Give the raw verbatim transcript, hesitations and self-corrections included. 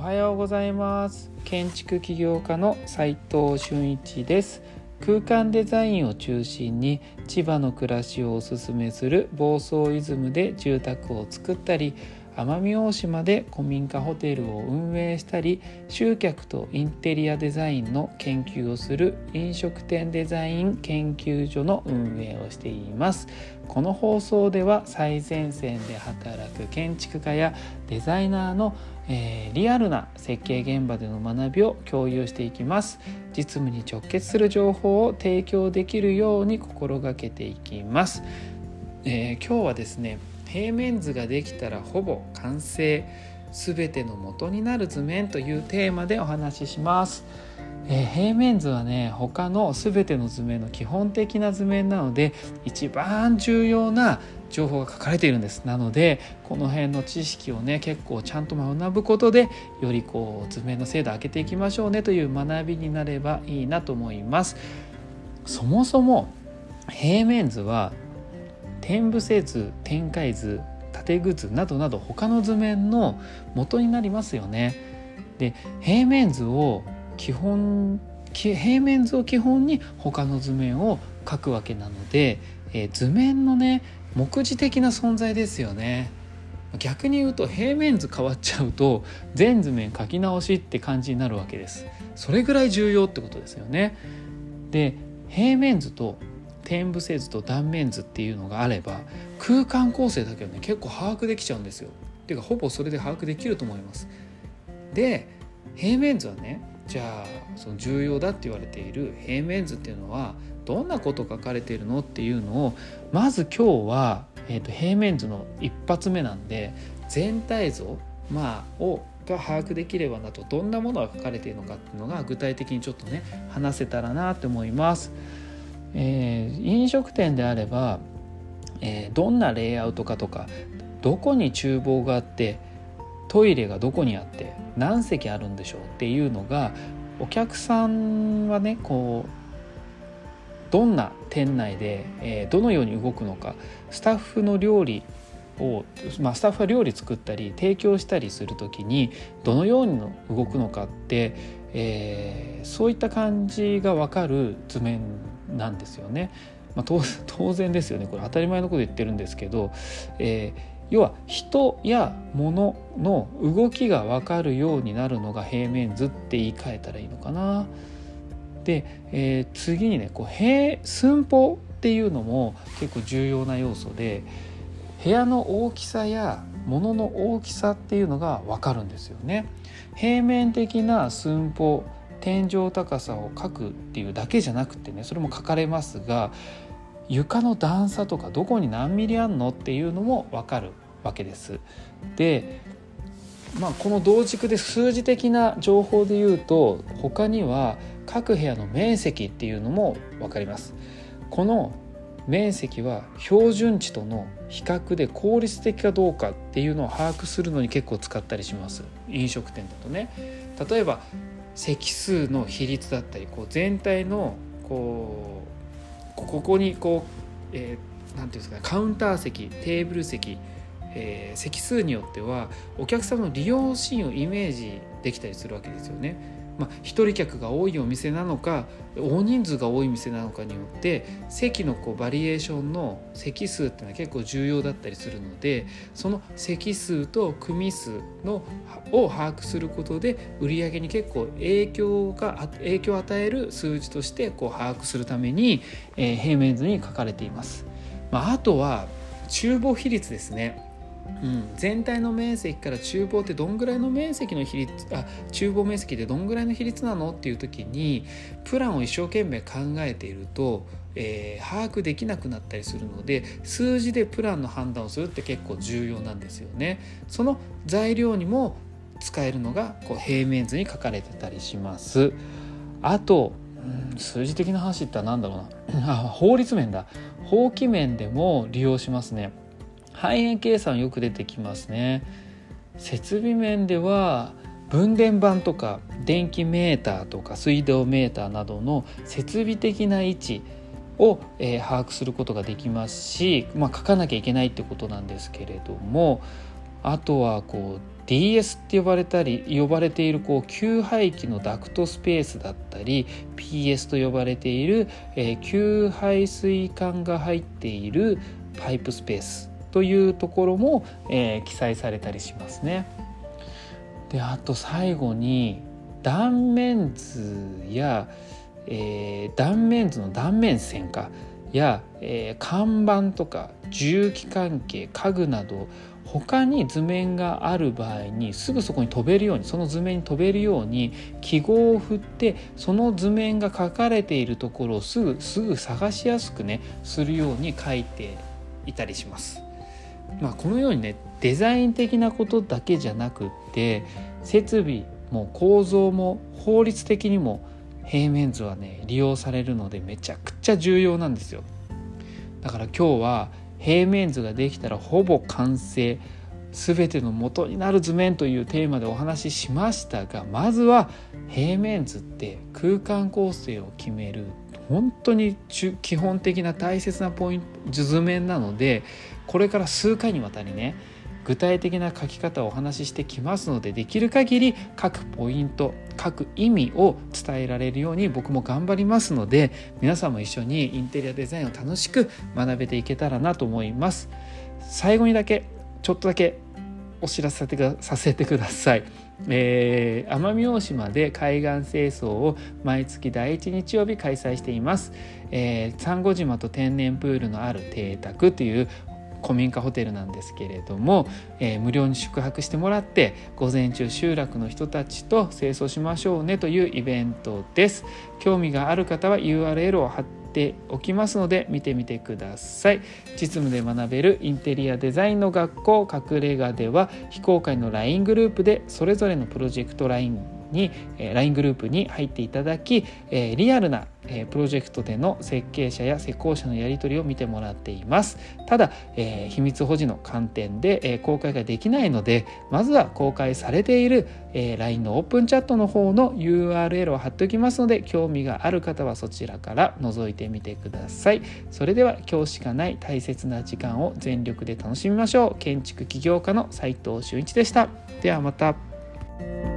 はようございます。建築起業家の斉藤俊一です。空間デザインを中心に千葉の暮らしをおすすめする房総イズムで住宅を作ったり、奄美大島で古民家ホテルを運営したり、集客とインテリアデザインの研究をする飲食店デザイン研究所の運営をしています。この放送では最前線で働く建築家やデザイナーの、えー、リアルな設計現場での学びを共有していきます。実務に直結する情報を提供できるように心がけていきます。えー、今日はですね、平面図ができたらほぼ完成、すべての元になる図面というテーマでお話しします。えー、平面図はね、他のすべての図面の基本的な図面なので一番重要な情報が書かれているんです。なのでこの辺の知識をね結構ちゃんと学ぶことで、よりこう図面の精度を上げていきましょうねという学びになればいいなと思います。そもそも平面図は点伏せ図、展開図、縦具図などなど他の図面の元になりますよね。で、平面図を基本平面図を基本に他の図面を描くわけなので、えー、図面のね目次的な存在ですよね。逆に言うと平面図変わっちゃうと全図面描き直しって感じになるわけです。それぐらい重要ってことですよね。で、平面図と点伏せ図と断面図っていうのがあれば空間構成だけはね結構把握できちゃうんですよ。っていうかほぼそれで把握できると思います。で、平面図はね、じゃあその重要だって言われている平面図っていうのはどんなこと書かれているのっていうのをまず今日は、えーと、平面図の一発目なんで全体像、まあ、をが把握できればなと、どんなものが書かれているのかっていうのが具体的にちょっとね話せたらなと思います。えー、飲食店であれば、えー、どんなレイアウトかとか、どこに厨房があってトイレがどこにあって何席あるんでしょうっていうのが、お客さんはねこうどんな店内で、えー、どのように動くのか、スタッフの料理を、まあ、スタッフは料理作ったり提供したりするときにどのように動くのかって、えー、そういった感じが分かる図面なんですよね。まあ、当, 当然ですよね。これ当たり前のこと言ってるんですけど、えー、要は人や物の動きが分かるようになるのが平面図って言い換えたらいいのかな。で、えー、次にねこう平寸法っていうのも結構重要な要素で、部屋の大きさや物の大きさっていうのが分かるんですよね。平面的な寸法、天井高さを書くっていうだけじゃなくてね、それも書かれますが、床の段差とかどこに何ミリあんのっていうのも分かるわけです。で、まあ、この同軸で数字的な情報で言うと、他には各部屋の面積っていうのも分かります。この面積は標準値との比較で効率的かどうかっていうのを把握するのに結構使ったりします。飲食店だとね、例えば席数の比率だったり、こう全体のこうここにこう、えー、なんていうんですかね、カウンター席、テーブル席、えー、席数によってはお客様の利用シーンをイメージできたりするわけですよね。まあ、一人客が多いお店なのか大人数が多い店なのかによって席のこうバリエーションの席数っていうのは結構重要だったりするので、その席数と組数のを把握することで売り上げに結構影響が影響を与える数字としてこう把握するために、えー、平面図に書かれています。まあ、あとは厨房比率ですね。うん、全体の面積から厨房ってどんぐらいの面積の比率、あ、厨房面積でどんぐらいの比率なのっていう時にプランを一生懸命考えていると、えー、把握できなくなったりするので、数字でプランの判断をするって結構重要なんですよね。その材料にも使えるのがこう平面図に書かれてたりします。あと、うん、数字的な話って何だろうなあ、法律面だ。法規面でも利用しますね。範囲計算よく出てきますね。設備面では分電盤とか電気メーターとか水道メーターなどの設備的な位置を、えー、把握することができますし、まあ、書かなきゃいけないってことなんですけれども、あとはこうディーエス って呼ばれたり呼ばれているこう給排気のダクトスペースだったり ピーエス と呼ばれている、えー、給排水管が入っているパイプスペースというところも、えー、記載されたりしますね。であと最後に断面図や、えー、断面図の断面線かや、えー、看板とか重機関係家具など他に図面がある場合にすぐそこに飛べるようにその図面に飛べるように記号を振ってその図面が書かれているところをすぐすぐ探しやすくねするように書いていたりします。まあ、このようにねデザイン的なことだけじゃなくって設備も構造も法律的にも平面図はね利用されるのでめちゃくちゃ重要なんですよ。だから今日は平面図ができたらほぼ完成全ての元になる図面というテーマでお話ししましたが、まずは平面図って空間構成を決める本当に基本的な大切なポイント図面なので、これから数回にわたりね具体的な書き方をお話ししてきますので、できる限り各ポイント各意味を伝えられるように僕も頑張りますので、皆さんも一緒にインテリアデザインを楽しく学べていけたらなと思います。最後にだけちょっとだけお知らせさせてください。えー、奄美大島で海岸清掃を毎月だいいち日曜日開催しています。えー、珊瑚島と天然プールのある邸宅という古民家ホテルなんですけれども、えー、無料に宿泊してもらって午前中集落の人たちと清掃しましょうねというイベントです。興味がある方は ユーアールエル を貼っておきますので見てみてください。実務で学べるインテリアデザインの学校隠れ家では非公開の ライン グループでそれぞれのプロジェクト ラインに ライン グループに入っていただき、リアルなプロジェクトでの設計者や施工者のやり取りを見てもらっています。ただ、えー、秘密保持の観点で、えー、公開ができないので、まずは公開されている、えー、ライン のオープンチャットの方の ユーアールエル を貼っておきますので、興味がある方はそちらから覗いてみてください。それでは今日しかない大切な時間を全力で楽しみましょう。建築起業家の斉藤俊一でした。ではまた。